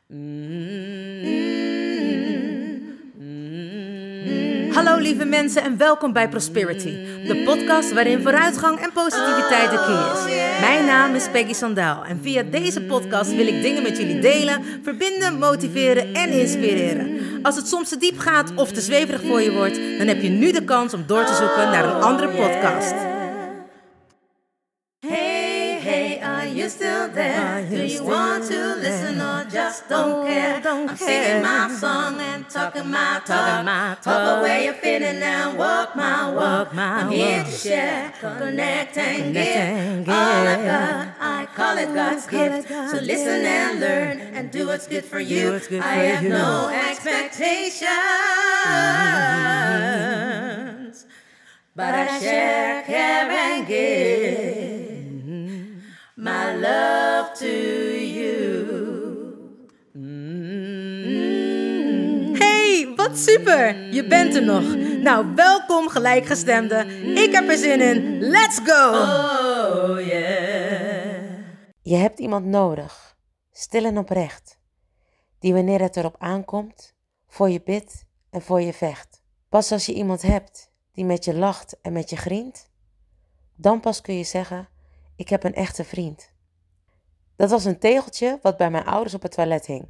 Hallo lieve mensen en welkom bij Prosperity, de podcast waarin vooruitgang en positiviteit de key is. Mijn naam is Peggy Sandaal en via deze podcast wil ik dingen met jullie delen, verbinden, motiveren en inspireren. Als het soms te diep gaat of te zweverig voor je wordt, dan heb je nu de kans om door te zoeken naar een andere podcast. Hey, are you still there? Do you want to listen or just don't care? I'm singing my song and talking my talk. Talk away your feeling and walk my walk. I'm here to share, connect and give. All I got, I call it God's gift. So listen and learn and do what's good for you. I have no expectations, but I share, care and give my love to you. Hey, wat super! Je bent er nog. Nou, welkom gelijkgestemden. Ik heb er zin in. Let's go! Oh yeah. Je hebt iemand nodig, stil en oprecht, die wanneer het erop aankomt, voor je bidt en voor je vecht. Pas als je iemand hebt die met je lacht en met je grient, dan pas kun je zeggen, ik heb een echte vriend. Dat was een tegeltje wat bij mijn ouders op het toilet hing.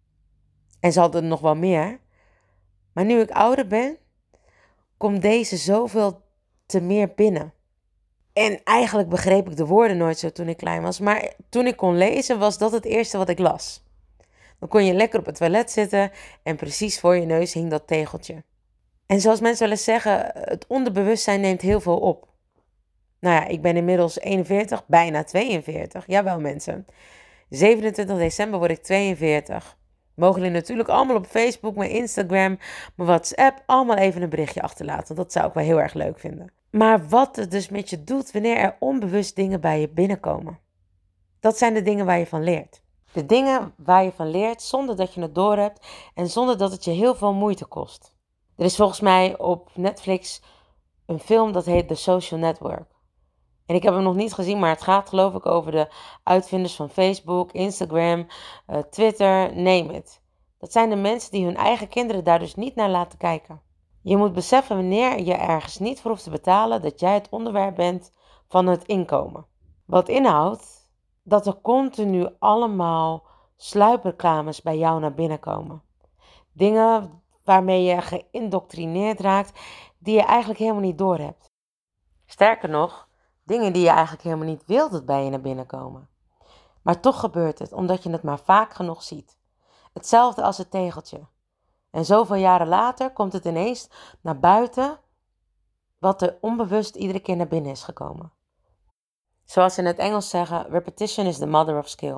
En ze hadden er nog wel meer, maar nu ik ouder ben, komt deze zoveel te meer binnen. En eigenlijk begreep ik de woorden nooit zo toen ik klein was, maar toen ik kon lezen was dat het eerste wat ik las. Dan kon je lekker op het toilet zitten en precies voor je neus hing dat tegeltje. En zoals mensen wel eens zeggen, het onderbewustzijn neemt heel veel op. Nou ja, ik ben inmiddels 41, bijna 42. Jawel mensen. 27 december word ik 42. Mogen jullie natuurlijk allemaal op Facebook, mijn Instagram, mijn WhatsApp, allemaal even een berichtje achterlaten. Dat zou ik wel heel erg leuk vinden. Maar wat het dus met je doet wanneer er onbewust dingen bij je binnenkomen. Dat zijn de dingen waar je van leert. De dingen waar je van leert zonder dat je het doorhebt en zonder dat het je heel veel moeite kost. Er is volgens mij op Netflix een film dat heet The Social Network. En ik heb hem nog niet gezien, maar het gaat geloof ik over de uitvinders van Facebook, Instagram, Twitter, name it. Dat zijn de mensen die hun eigen kinderen daar dus niet naar laten kijken. Je moet beseffen wanneer je ergens niet voor hoeft te betalen dat jij het onderwerp bent van het inkomen. Wat inhoudt dat er continu allemaal sluipreclames bij jou naar binnen komen. Dingen waarmee je geïndoctrineerd raakt die je eigenlijk helemaal niet doorhebt. Sterker nog, dingen die je eigenlijk helemaal niet wilt dat bij je naar binnen komen. Maar toch gebeurt het, omdat je het maar vaak genoeg ziet. Hetzelfde als het tegeltje. En zoveel jaren later komt het ineens naar buiten wat er onbewust iedere keer naar binnen is gekomen. Zoals ze in het Engels zeggen, repetition is the mother of skill.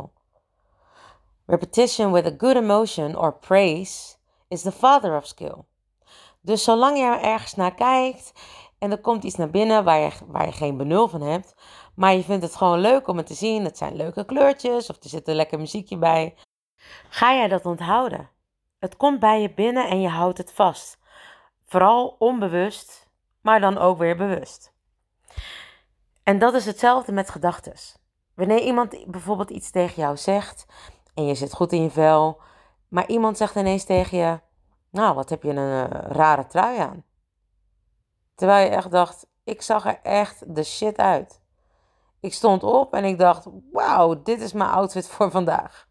Repetition with a good emotion or praise is the father of skill. Dus zolang je er ergens naar kijkt en er komt iets naar binnen waar je geen benul van hebt, maar je vindt het gewoon leuk om het te zien, het zijn leuke kleurtjes of er zit een lekker muziekje bij, ga jij dat onthouden. Het komt bij je binnen en je houdt het vast. Vooral onbewust, maar dan ook weer bewust. En dat is hetzelfde met gedachtes. Wanneer iemand bijvoorbeeld iets tegen jou zegt en je zit goed in je vel, maar iemand zegt ineens tegen je, nou, wat heb je een rare trui aan. Terwijl je echt dacht, ik zag er echt de shit uit. Ik stond op en ik dacht, wauw, dit is mijn outfit voor vandaag.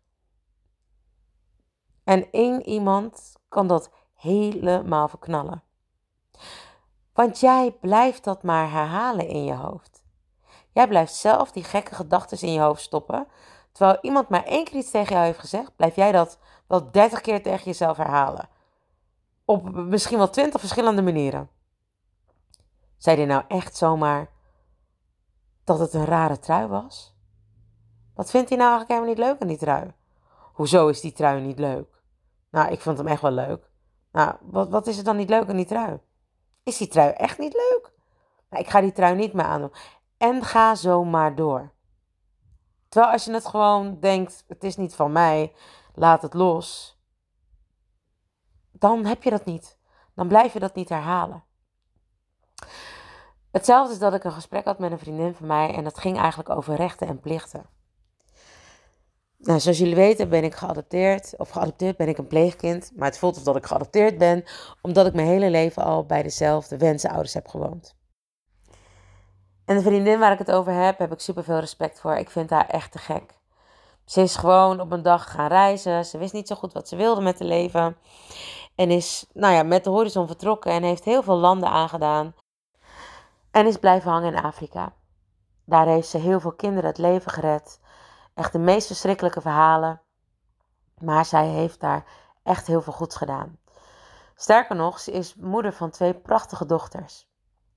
En één iemand kan dat helemaal verknallen. Want jij blijft dat maar herhalen in je hoofd. Jij blijft zelf die gekke gedachten in je hoofd stoppen. Terwijl iemand maar 1 keer iets tegen jou heeft gezegd, blijf jij dat wel 30 keer tegen jezelf herhalen. Op misschien wel 20 verschillende manieren. Zei hij nou echt zomaar dat het een rare trui was? Wat vindt hij nou eigenlijk helemaal niet leuk aan die trui? Hoezo is die trui niet leuk? Nou, ik vond hem echt wel leuk. Nou, wat is er dan niet leuk aan die trui? Is die trui echt niet leuk? Nou, ik ga die trui niet meer aandoen. En ga zo maar door. Terwijl als je het gewoon denkt, het is niet van mij, laat het los. Dan heb je dat niet. Dan blijf je dat niet herhalen. Hetzelfde is dat ik een gesprek had met een vriendin van mij en dat ging eigenlijk over rechten en plichten. Nou, zoals jullie weten ben ik geadopteerd ben ik een pleegkind. Maar het voelt alsof ik geadopteerd ben, omdat ik mijn hele leven al bij dezelfde wensenouders heb gewoond. En de vriendin waar ik het over heb ik superveel respect voor. Ik vind haar echt te gek. Ze is gewoon op een dag gaan reizen. Ze wist niet zo goed wat ze wilde met haar leven. En is met de horizon vertrokken en heeft heel veel landen aangedaan. En is blijven hangen in Afrika. Daar heeft ze heel veel kinderen het leven gered. Echt de meest verschrikkelijke verhalen. Maar zij heeft daar echt heel veel goeds gedaan. Sterker nog, ze is moeder van 2 prachtige dochters.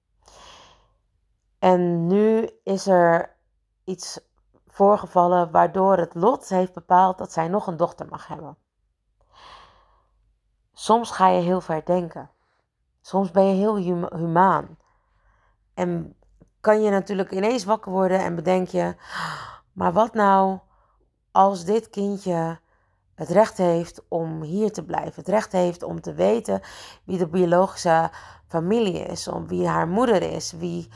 En nu is er iets voorgevallen waardoor het lot heeft bepaald dat zij nog een dochter mag hebben. Soms ga je heel ver denken. Soms ben je heel humaan. En kan je natuurlijk ineens wakker worden en bedenk je, maar wat nou als dit kindje het recht heeft om hier te blijven. Het recht heeft om te weten wie de biologische familie is. Om wie haar moeder is.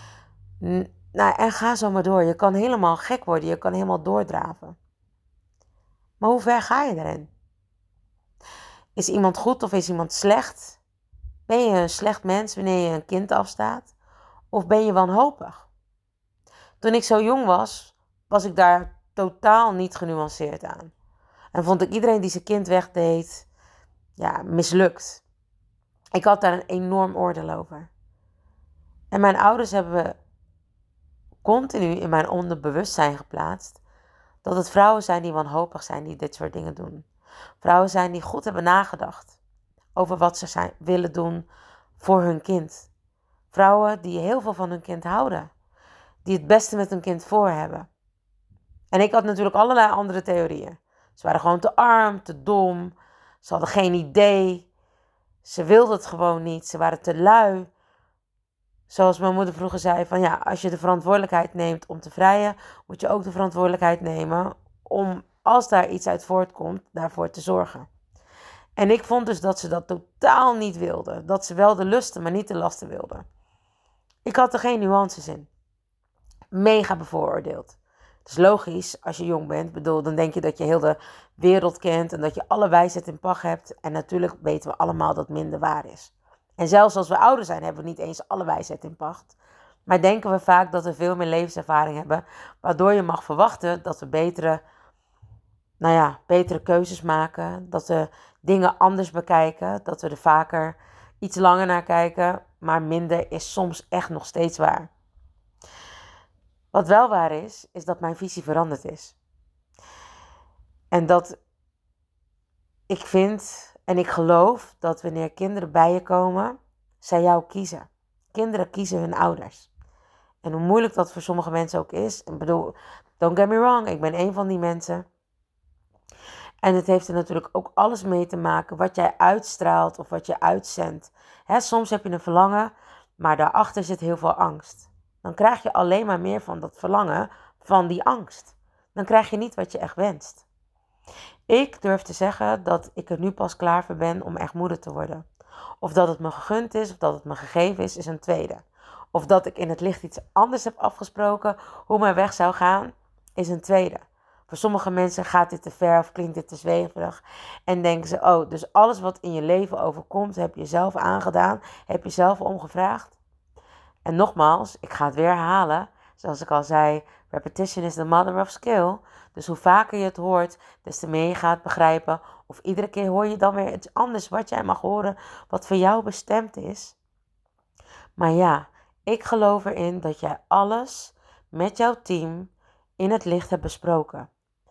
En ga zo maar door. Je kan helemaal gek worden. Je kan helemaal doordraven. Maar hoe ver ga je erin? Is iemand goed of is iemand slecht? Ben je een slecht mens wanneer je een kind afstaat? Of ben je wanhopig? Toen ik zo jong was, was ik daar totaal niet genuanceerd aan. En vond ik iedereen die zijn kind wegdeed, mislukt. Ik had daar een enorm oordeel over. En mijn ouders hebben continu in mijn onderbewustzijn geplaatst dat het vrouwen zijn die wanhopig zijn, die dit soort dingen doen. Vrouwen zijn die goed hebben nagedacht over wat ze willen doen voor hun kind. Vrouwen die heel veel van hun kind houden. Die het beste met hun kind voor hebben. En ik had natuurlijk allerlei andere theorieën. Ze waren gewoon te arm, te dom. Ze hadden geen idee. Ze wilden het gewoon niet. Ze waren te lui. Zoals mijn moeder vroeger zei van als je de verantwoordelijkheid neemt om te vrijen, moet je ook de verantwoordelijkheid nemen om, als daar iets uit voortkomt, daarvoor te zorgen. En ik vond dus dat ze dat totaal niet wilden. Dat ze wel de lusten, maar niet de lasten wilden. Ik had er geen nuances in. Mega bevooroordeeld. Het is logisch, als je jong bent, dan denk je dat je heel de wereld kent en dat je alle wijsheid in pacht hebt. En natuurlijk weten we allemaal dat minder waar is. En zelfs als we ouder zijn, hebben we niet eens alle wijsheid in pacht. Maar denken we vaak dat we veel meer levenservaring hebben, waardoor je mag verwachten dat we betere keuzes maken. Dat we dingen anders bekijken, dat we er vaker iets langer naar kijken. Maar minder is soms echt nog steeds waar. Wat wel waar is dat mijn visie veranderd is. En dat ik vind en ik geloof dat wanneer kinderen bij je komen, zij jou kiezen. Kinderen kiezen hun ouders. En hoe moeilijk dat voor sommige mensen ook is. Ik bedoel, don't get me wrong, ik ben een van die mensen. En het heeft er natuurlijk ook alles mee te maken wat jij uitstraalt of wat je uitzendt. Soms heb je een verlangen, maar daarachter zit heel veel angst. Dan krijg je alleen maar meer van dat verlangen, van die angst. Dan krijg je niet wat je echt wenst. Ik durf te zeggen dat ik er nu pas klaar voor ben om echt moeder te worden. Of dat het me gegund is, of dat het me gegeven is een tweede. Of dat ik in het licht iets anders heb afgesproken, hoe mijn weg zou gaan, is een tweede. Voor sommige mensen gaat dit te ver of klinkt dit te zweverig. En denken ze, dus alles wat in je leven overkomt, heb je zelf aangedaan, heb je zelf omgevraagd. En nogmaals, ik ga het weer herhalen. Zoals ik al zei, repetition is the mother of skill. Dus hoe vaker je het hoort, des te meer je gaat begrijpen. Of iedere keer hoor je dan weer iets anders wat jij mag horen, wat voor jou bestemd is. Maar ik geloof erin dat jij alles met jouw team in het licht hebt besproken.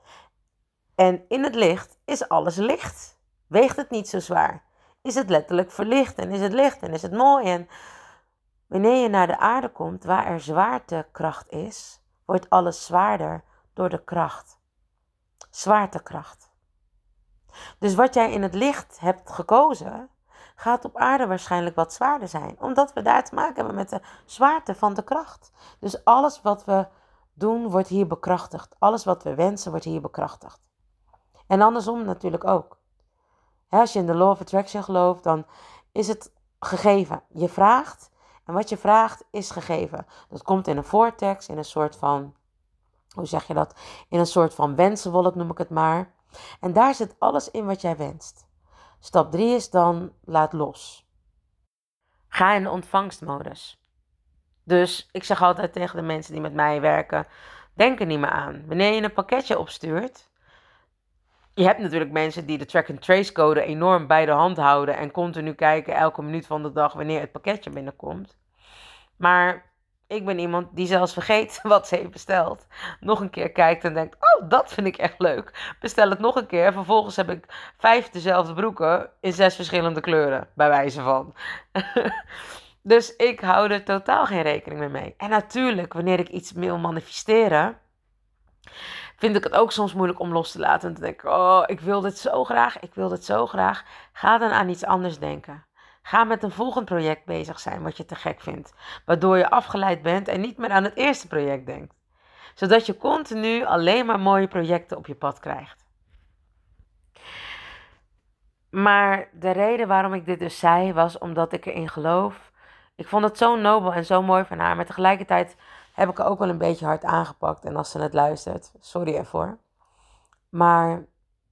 En in het licht is alles licht. Weegt het niet zo zwaar. Is het letterlijk verlicht en is het licht en is het mooi. En wanneer je naar de aarde komt, waar er zwaartekracht is, wordt alles zwaarder door de kracht. Zwaartekracht. Dus wat jij in het licht hebt gekozen, gaat op aarde waarschijnlijk wat zwaarder zijn. Omdat we daar te maken hebben met de zwaarte van de kracht. Dus alles wat we doen, wordt hier bekrachtigd. Alles wat we wensen, wordt hier bekrachtigd. En andersom natuurlijk ook. Als je in de law of attraction gelooft, dan is het gegeven. Je vraagt en wat je vraagt is gegeven. Dat komt in een vortex, in een soort van hoe zeg je dat? In een soort van wensenwolk noem ik het maar. En daar zit alles in wat jij wenst. Stap 3 is dan laat los. Ga in de ontvangstmodus. Dus ik zeg altijd tegen de mensen die met mij werken, denk er niet meer aan. Wanneer je een pakketje opstuurt, je hebt natuurlijk mensen die de track-and-trace code enorm bij de hand houden en continu kijken elke minuut van de dag wanneer het pakketje binnenkomt. Maar ik ben iemand die zelfs vergeet wat ze heeft besteld. Nog een keer kijkt en denkt, oh, dat vind ik echt leuk. Bestel het nog een keer. Vervolgens heb ik 5 dezelfde broeken in 6 verschillende kleuren, bij wijze van. Dus ik hou er totaal geen rekening meer mee. En natuurlijk, wanneer ik iets wil manifesteren, vind ik het ook soms moeilijk om los te laten. En te denken, oh, ik wil dit zo graag, ik wil dit zo graag. Ga dan aan iets anders denken. Ga met een volgend project bezig zijn wat je te gek vindt. Waardoor je afgeleid bent en niet meer aan het eerste project denkt. Zodat je continu alleen maar mooie projecten op je pad krijgt. Maar de reden waarom ik dit dus zei, was omdat ik erin geloof. Ik vond het zo nobel en zo mooi van haar. Maar tegelijkertijd heb ik er ook wel een beetje hard aangepakt. En als ze het luistert, sorry ervoor. Maar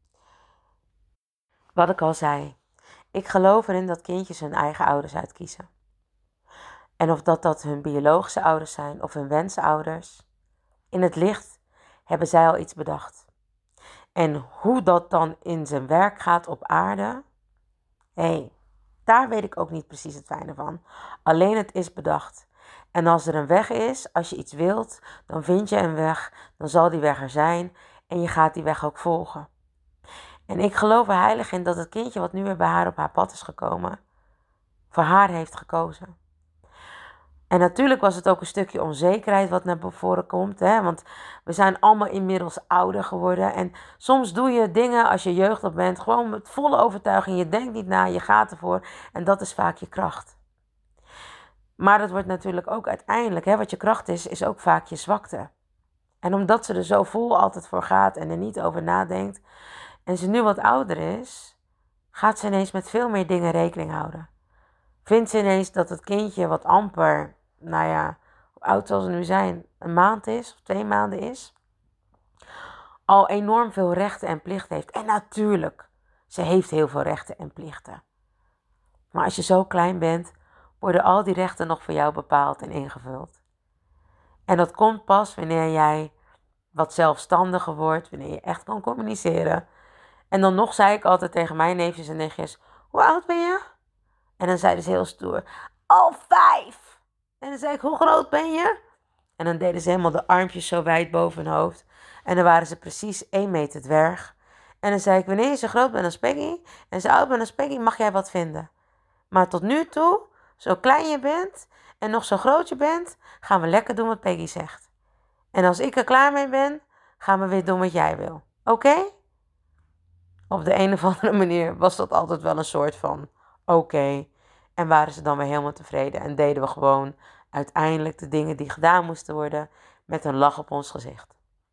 wat ik al zei. Ik geloof erin dat kindjes hun eigen ouders uitkiezen. En of dat hun biologische ouders zijn of hun wensouders. In het licht hebben zij al iets bedacht. En hoe dat dan in zijn werk gaat op aarde. Daar weet ik ook niet precies het fijne van. Alleen het is bedacht. En als er een weg is, als je iets wilt, dan vind je een weg. Dan zal die weg er zijn. En je gaat die weg ook volgen. En ik geloof er heilig in dat het kindje wat nu weer bij haar op haar pad is gekomen, voor haar heeft gekozen. En natuurlijk was het ook een stukje onzekerheid wat naar voren komt. Hè? Want we zijn allemaal inmiddels ouder geworden. En soms doe je dingen als je jeugdig bent gewoon met volle overtuiging. Je denkt niet na, je gaat ervoor. En dat is vaak je kracht. Maar dat wordt natuurlijk ook uiteindelijk, wat je kracht is ook vaak je zwakte. En omdat ze er zo vol altijd voor gaat en er niet over nadenkt. En ze nu wat ouder is, gaat ze ineens met veel meer dingen rekening houden. Vindt ze ineens dat het kindje wat amper, hoe oud zal ze nu zijn, een maand is of 2 maanden is, al enorm veel rechten en plichten heeft. En natuurlijk, ze heeft heel veel rechten en plichten. Maar als je zo klein bent, worden al die rechten nog voor jou bepaald en ingevuld. En dat komt pas wanneer jij wat zelfstandiger wordt, wanneer je echt kan communiceren. En dan nog zei ik altijd tegen mijn neefjes en nichtjes, hoe oud ben je? En dan zeiden ze heel stoer, al 5. En dan zei ik, hoe groot ben je? En dan deden ze helemaal de armpjes zo wijd boven hun hoofd. En dan waren ze precies 1 meter dwerg. En dan zei ik, wanneer je zo groot bent als Peggy en zo oud bent als Peggy, mag jij wat vinden. Maar tot nu toe, zo klein je bent en nog zo groot je bent, gaan we lekker doen wat Peggy zegt. En als ik er klaar mee ben, gaan we weer doen wat jij wil. Oké? Op de een of andere manier was dat altijd wel een soort van oké. En waren ze dan weer helemaal tevreden. En deden we gewoon uiteindelijk de dingen die gedaan moesten worden met een lach op ons gezicht.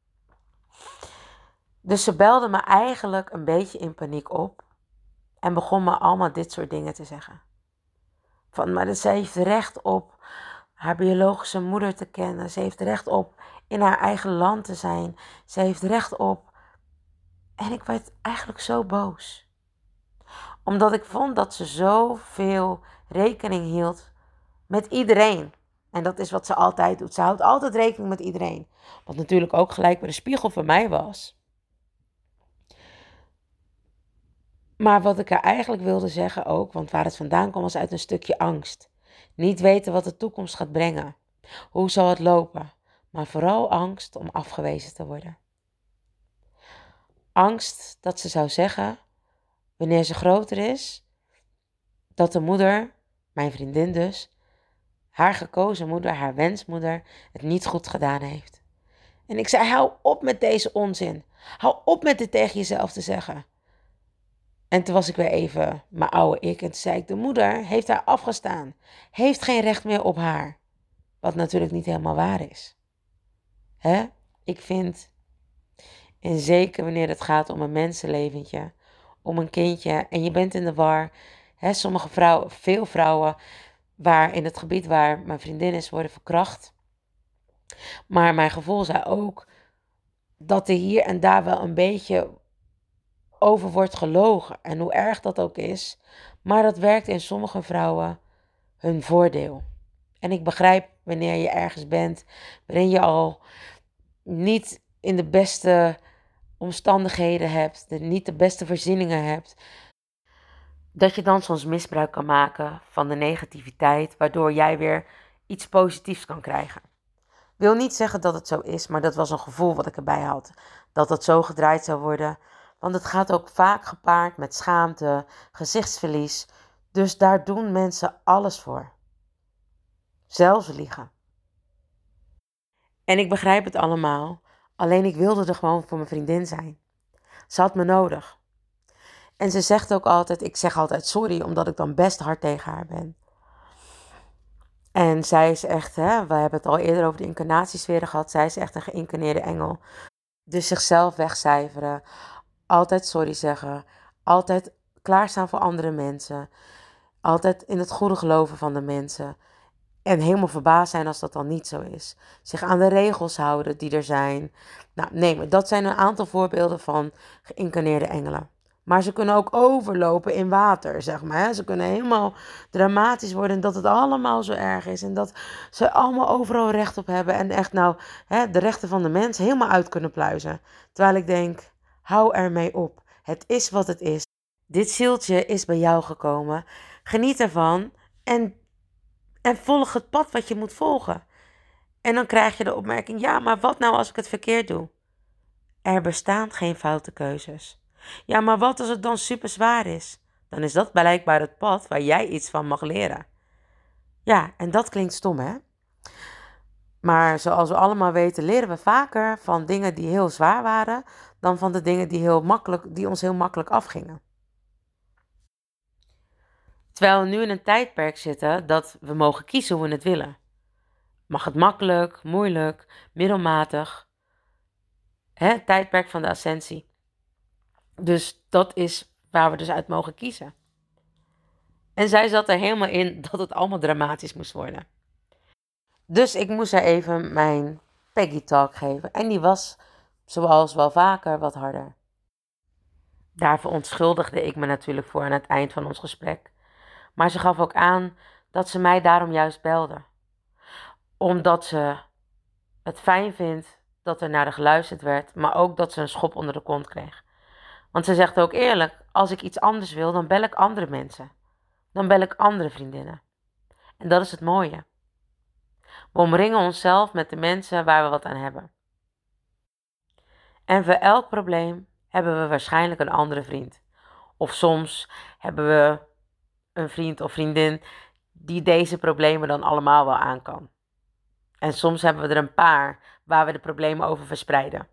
Dus ze belde me eigenlijk een beetje in paniek op. En begon me allemaal dit soort dingen te zeggen. Maar ze heeft recht op haar biologische moeder te kennen. Ze heeft recht op in haar eigen land te zijn. Ze heeft recht op. En ik werd eigenlijk zo boos. Omdat ik vond dat ze zoveel rekening hield met iedereen. En dat is wat ze altijd doet. Ze houdt altijd rekening met iedereen. Wat natuurlijk ook gelijk weer een spiegel voor mij was. Maar wat ik er eigenlijk wilde zeggen ook, want waar het vandaan kwam was uit een stukje angst. Niet weten wat de toekomst gaat brengen. Hoe zal het lopen? Maar vooral angst om afgewezen te worden. Angst dat ze zou zeggen, wanneer ze groter is, dat de moeder, mijn vriendin dus, haar gekozen moeder, haar wensmoeder, het niet goed gedaan heeft. En ik zei, hou op met deze onzin. Hou op met dit tegen jezelf te zeggen. En toen was ik weer even mijn oude ik en toen zei ik, de moeder heeft haar afgestaan. Heeft geen recht meer op haar. Wat natuurlijk niet helemaal waar is. Ik vind, en zeker wanneer het gaat om een mensenleventje, om een kindje en je bent in de war. Sommige vrouwen, veel vrouwen, waar in het gebied waar mijn vriendin is, worden verkracht. Maar mijn gevoel zei ook, dat er hier en daar wel een beetje over wordt gelogen. En hoe erg dat ook is. Maar dat werkt in sommige vrouwen hun voordeel. En ik begrijp wanneer je ergens bent, waarin je al niet in de beste omstandigheden hebt, niet de beste voorzieningen hebt, dat je dan soms misbruik kan maken van de negativiteit, waardoor jij weer iets positiefs kan krijgen. Wil niet zeggen dat het zo is, maar dat was een gevoel wat ik erbij had. Dat het zo gedraaid zou worden. Want het gaat ook vaak gepaard met schaamte, gezichtsverlies. Dus daar doen mensen alles voor. Zelfs liegen. En ik begrijp het allemaal. Alleen ik wilde er gewoon voor mijn vriendin zijn. Ze had me nodig. En ze zegt ook altijd, ik zeg altijd sorry, omdat ik dan best hard tegen haar ben. En zij is echt, we hebben het al eerder over de incarnatiesferen gehad. Zij is echt een geïncarneerde engel. Dus zichzelf wegcijferen. Altijd sorry zeggen. Altijd klaarstaan voor andere mensen. Altijd in het goede geloven van de mensen. En helemaal verbaasd zijn als dat dan niet zo is. Zich aan de regels houden die er zijn. Nou, nee, dat zijn een aantal voorbeelden van geïncarneerde engelen. Maar ze kunnen ook overlopen in water, zeg maar. Ze kunnen helemaal dramatisch worden en dat het allemaal zo erg is. En dat ze allemaal overal recht op hebben. En echt de rechten van de mens helemaal uit kunnen pluizen. Terwijl ik denk, hou ermee op. Het is wat het is. Dit zieltje is bij jou gekomen. Geniet ervan en volg het pad wat je moet volgen. En dan krijg je de opmerking, ja, maar wat nou als ik het verkeerd doe? Er bestaan geen foute keuzes. Ja, maar wat als het dan super zwaar is? Dan is dat blijkbaar het pad waar jij iets van mag leren. Ja, en dat klinkt stom, hè? Maar zoals we allemaal weten, leren we vaker van dingen die heel zwaar waren, dan van de dingen die ons heel makkelijk afgingen. Terwijl we nu in een tijdperk zitten dat we mogen kiezen hoe we het willen. Mag het makkelijk, moeilijk, middelmatig? Het tijdperk van de ascensie. Dus dat is waar we dus uit mogen kiezen. En zij zat er helemaal in dat het allemaal dramatisch moest worden. Dus ik moest haar even mijn Peggy Talk geven. En die was, zoals wel vaker, wat harder. Daar verontschuldigde ik me natuurlijk voor aan het eind van ons gesprek. Maar ze gaf ook aan dat ze mij daarom juist belde. Omdat ze het fijn vindt dat er naar haar geluisterd werd, maar ook dat ze een schop onder de kont kreeg. Want ze zegt ook eerlijk, als ik iets anders wil, dan bel ik andere mensen. Dan bel ik andere vriendinnen. En dat is het mooie. We omringen onszelf met de mensen waar we wat aan hebben. En voor elk probleem hebben we waarschijnlijk een andere vriend. Of soms hebben we een vriend of vriendin die deze problemen dan allemaal wel aan kan. En soms hebben we er een paar waar we de problemen over verspreiden.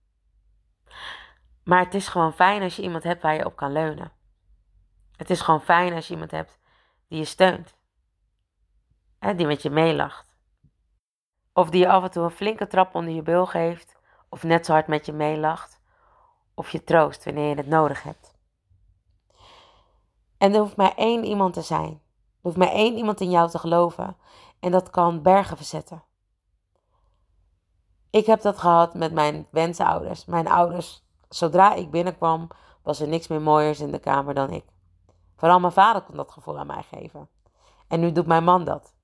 Maar het is gewoon fijn als je iemand hebt waar je op kan leunen. Het is gewoon fijn als je iemand hebt die je steunt. Die met je meelacht. Of die je af en toe een flinke trap onder je bil geeft. Of net zo hard met je meelacht. Of je troost wanneer je het nodig hebt. En er hoeft maar één iemand te zijn. Er hoeft maar één iemand in jou te geloven. En dat kan bergen verzetten. Ik heb dat gehad met mijn wensouders. Mijn ouders, zodra ik binnenkwam, was er niks meer mooiers in de kamer dan ik. Vooral mijn vader kon dat gevoel aan mij geven. En nu doet mijn man dat.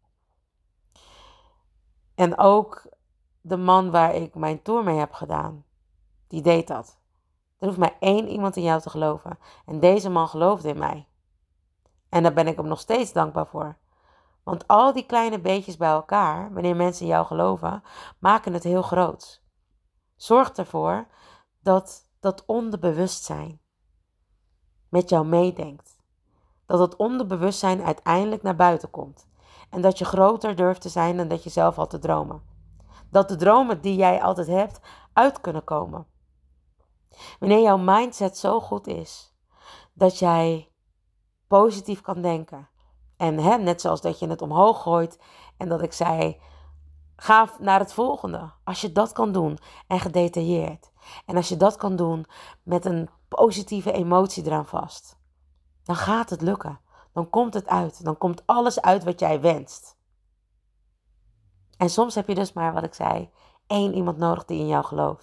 En ook de man waar ik mijn tour mee heb gedaan, die deed dat. Er hoeft maar één iemand in jou te geloven. En deze man geloofde in mij. En daar ben ik hem nog steeds dankbaar voor. Want al die kleine beetjes bij elkaar, wanneer mensen in jou geloven, maken het heel groot. Zorg ervoor dat dat onderbewustzijn met jou meedenkt. Dat het onderbewustzijn uiteindelijk naar buiten komt. En dat je groter durft te zijn dan dat je zelf had te dromen. Dat de dromen die jij altijd hebt, uit kunnen komen. Wanneer jouw mindset zo goed is, dat jij positief kan denken. En net zoals dat je het omhoog gooit en dat ik zei, ga naar het volgende. Als je dat kan doen en gedetailleerd. En als je dat kan doen met een positieve emotie eraan vast. Dan gaat het lukken. Dan komt het uit. Dan komt alles uit wat jij wenst. En soms heb je dus maar, wat ik zei, één iemand nodig die in jou gelooft.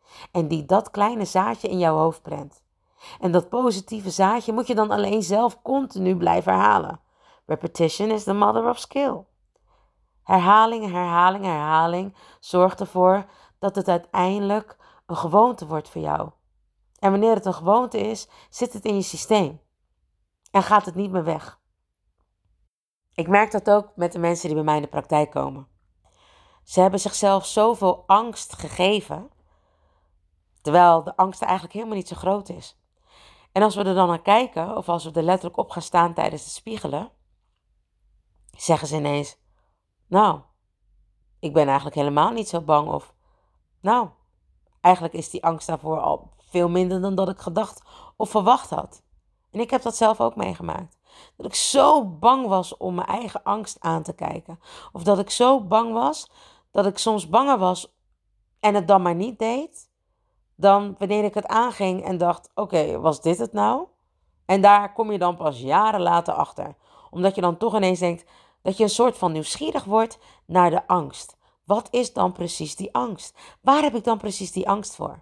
En die dat kleine zaadje in jouw hoofd prent. En dat positieve zaadje moet je dan alleen zelf continu blijven herhalen. Repetition is the mother of skill. Herhaling, herhaling, herhaling zorgt ervoor dat het uiteindelijk een gewoonte wordt voor jou. En wanneer het een gewoonte is, zit het in je systeem. En gaat het niet meer weg. Ik merk dat ook met de mensen die bij mij in de praktijk komen. Ze hebben zichzelf zoveel angst gegeven, terwijl de angst eigenlijk helemaal niet zo groot is. En als we er dan naar kijken, of als we er letterlijk op gaan staan tijdens het spiegelen, zeggen ze ineens, nou, ik ben eigenlijk helemaal niet zo bang. Of, nou, eigenlijk is die angst daarvoor al veel minder dan dat ik gedacht of verwacht had. En ik heb dat zelf ook meegemaakt. Dat ik zo bang was om mijn eigen angst aan te kijken. Of dat ik zo bang was, dat ik soms banger was en het dan maar niet deed, dan wanneer ik het aanging en dacht, oké, was dit het nou? En daar kom je dan pas jaren later achter. Omdat je dan toch ineens denkt dat je een soort van nieuwsgierig wordt naar de angst. Wat is dan precies die angst? Waar heb ik dan precies die angst voor?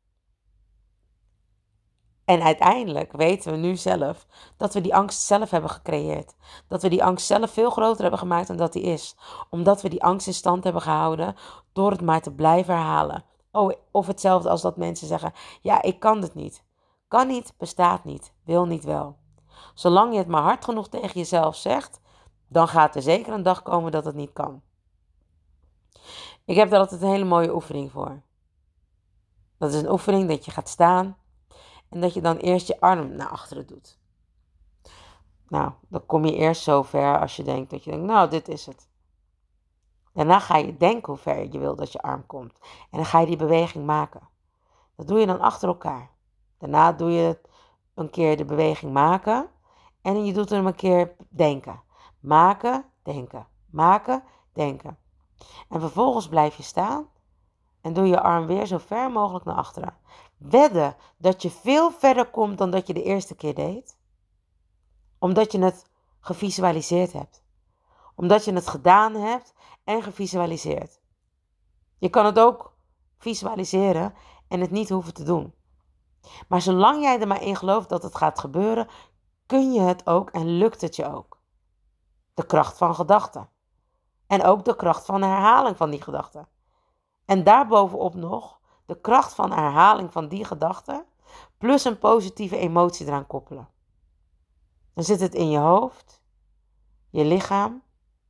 En uiteindelijk weten we nu zelf dat we die angst zelf hebben gecreëerd. Dat we die angst zelf veel groter hebben gemaakt dan dat die is. Omdat we die angst in stand hebben gehouden door het maar te blijven herhalen. Oh, of hetzelfde als dat mensen zeggen, ja, ik kan het niet. Kan niet, bestaat niet, wil niet wel. Zolang je het maar hard genoeg tegen jezelf zegt, dan gaat er zeker een dag komen dat het niet kan. Ik heb daar altijd een hele mooie oefening voor. Dat is een oefening dat je gaat staan en dat je dan eerst je arm naar achteren doet. Nou, dan kom je eerst zo ver als je denkt, nou, dit is het. Daarna ga je denken hoe ver je wil dat je arm komt. En dan ga je die beweging maken. Dat doe je dan achter elkaar. Daarna doe je een keer de beweging maken. En je doet hem een keer denken. Maken, denken. Maken, denken. En vervolgens blijf je staan. En doe je arm weer zo ver mogelijk naar achteren. Wedden dat je veel verder komt dan dat je de eerste keer deed. Omdat je het gevisualiseerd hebt. Omdat je het gedaan hebt en gevisualiseerd. Je kan het ook visualiseren en het niet hoeven te doen. Maar zolang jij er maar in gelooft dat het gaat gebeuren, kun je het ook en lukt het je ook. De kracht van gedachten. En ook de kracht van de herhaling van die gedachten. En daarbovenop nog de kracht van herhaling van die gedachten, plus een positieve emotie eraan koppelen. Dan zit het in je hoofd, je lichaam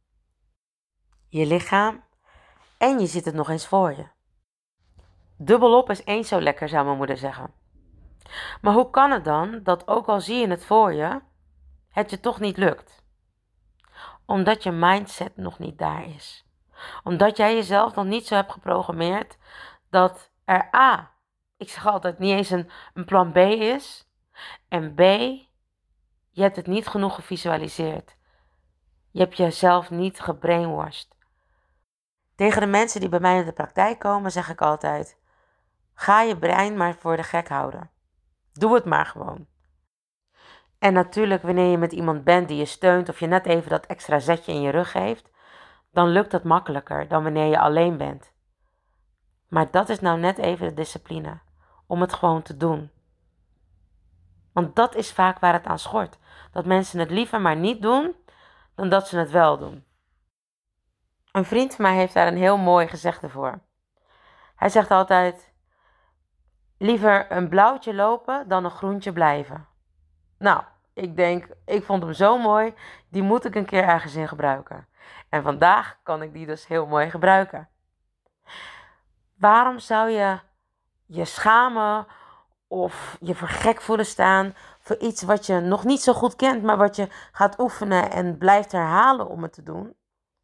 en je ziet het nog eens voor je. Dubbelop is eens zo lekker, zou mijn moeder zeggen. Maar hoe kan het dan dat ook al zie je het voor je, het je toch niet lukt? Omdat je mindset nog niet daar is. Omdat jij jezelf nog niet zo hebt geprogrammeerd dat er A, ik zeg altijd, niet eens een plan B is. En B, je hebt het niet genoeg gevisualiseerd. Je hebt jezelf niet gebrainwashed. Tegen de mensen die bij mij in de praktijk komen zeg ik altijd, ga je brein maar voor de gek houden. Doe het maar gewoon. En natuurlijk wanneer je met iemand bent die je steunt of je net even dat extra zetje in je rug geeft, dan lukt dat makkelijker dan wanneer je alleen bent. Maar dat is nou net even de discipline, om het gewoon te doen. Want dat is vaak waar het aan schort. Dat mensen het liever maar niet doen, dan dat ze het wel doen. Een vriend van mij heeft daar een heel mooi gezegde voor. Hij zegt altijd, liever een blauwtje lopen dan een groentje blijven. Nou, ik vond hem zo mooi, die moet ik een keer ergens in gebruiken. En vandaag kan ik die dus heel mooi gebruiken. Waarom zou je je schamen of je voor gek voelen staan voor iets wat je nog niet zo goed kent, maar wat je gaat oefenen en blijft herhalen om het te doen?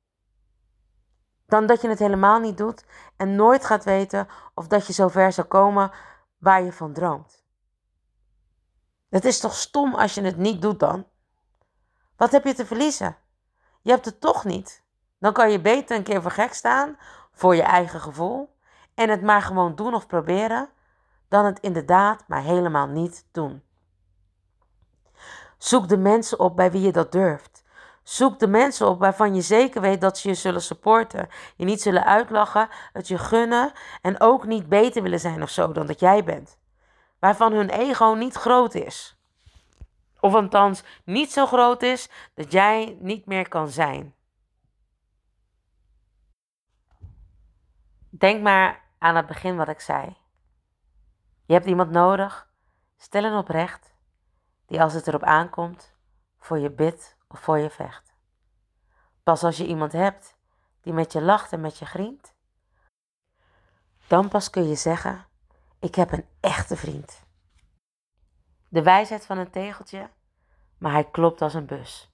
Dan dat je het helemaal niet doet en nooit gaat weten of dat je zover zou komen waar je van droomt. Het is toch stom als je het niet doet dan? Wat heb je te verliezen? Je hebt het toch niet. Dan kan je beter een keer voor gek staan, voor je eigen gevoel, en het maar gewoon doen of proberen, dan het inderdaad maar helemaal niet doen. Zoek de mensen op bij wie je dat durft. Zoek de mensen op waarvan je zeker weet dat ze je zullen supporten. Je niet zullen uitlachen, het je gunnen en ook niet beter willen zijn of zo dan dat jij bent. Waarvan hun ego niet groot is. Of althans niet zo groot is dat jij niet meer kan zijn. Denk maar aan het begin wat ik zei. Je hebt iemand nodig, stil en oprecht, die als het erop aankomt, voor je bidt of voor je vecht. Pas als je iemand hebt die met je lacht en met je grient, dan pas kun je zeggen, ik heb een echte vriend. De wijsheid van een tegeltje, maar hij klopt als een bus.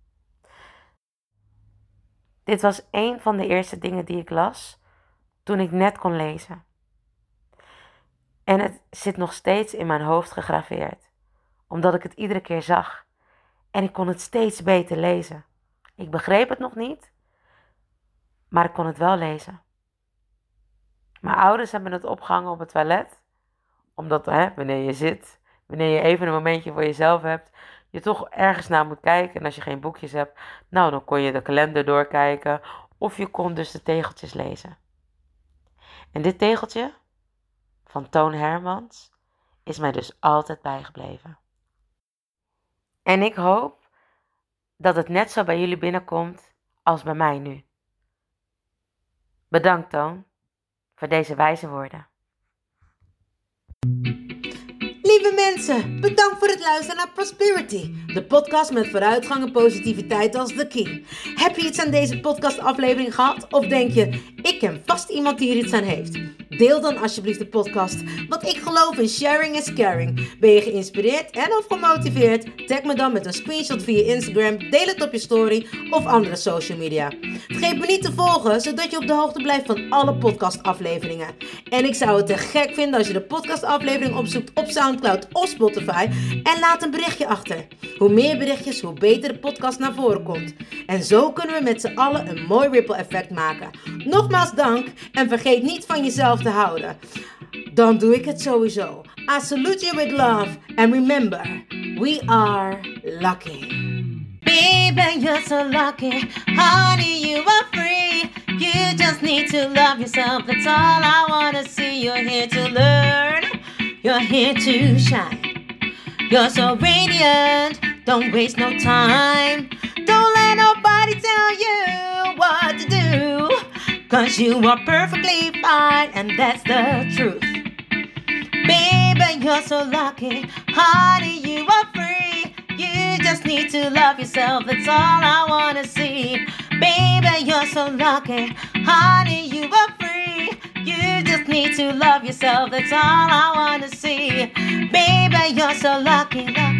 Dit was een van de eerste dingen die ik las toen ik net kon lezen. En het zit nog steeds in mijn hoofd gegraveerd, omdat ik het iedere keer zag. En ik kon het steeds beter lezen. Ik begreep het nog niet, maar ik kon het wel lezen. Mijn ouders hebben het opgehangen op het toilet, omdat wanneer je zit, wanneer je even een momentje voor jezelf hebt, je toch ergens naar moet kijken. En als je geen boekjes hebt, nou dan kon je de kalender doorkijken of je kon dus de tegeltjes lezen. En dit tegeltje van Toon Hermans is mij dus altijd bijgebleven. En ik hoop dat het net zo bij jullie binnenkomt als bij mij nu. Bedankt Toon voor deze wijze woorden. Lieve mensen, bedankt voor het luisteren naar Prosperity, de podcast met vooruitgang en positiviteit als de key. Heb je iets aan deze podcastaflevering gehad? Of denk je, ik ken vast iemand die er iets aan heeft? Deel dan alsjeblieft de podcast, want ik geloof in sharing is caring. Ben je geïnspireerd en of gemotiveerd? Tag me dan met een screenshot via Instagram, deel het op je story of andere social media. Vergeet me niet te volgen, zodat je op de hoogte blijft van alle podcastafleveringen. En ik zou het te gek vinden als je de podcastaflevering opzoekt op SoundCloud of Spotify en laat een berichtje achter. Hoe meer berichtjes, hoe beter de podcast naar voren komt. En zo kunnen we met z'n allen een mooi ripple effect maken. Nogmaals dank en vergeet niet van jezelf te houden. Dan doe ik het sowieso. I salute you with love and remember, we are lucky. Baby, you're so lucky. Honey, you are free. You just need to love yourself. That's all I wanna see. You're here to learn. You're here to shine. You're so radiant. Don't waste no time. Don't let nobody tell you what to do. 'Cause you are perfectly fine. And that's the truth. Baby, you're so lucky. Honey, you are free. You just need to love yourself, that's all I wanna see. Baby, you're so lucky. Honey, you are free. You just need to love yourself, that's all I wanna see. Baby, you're so lucky.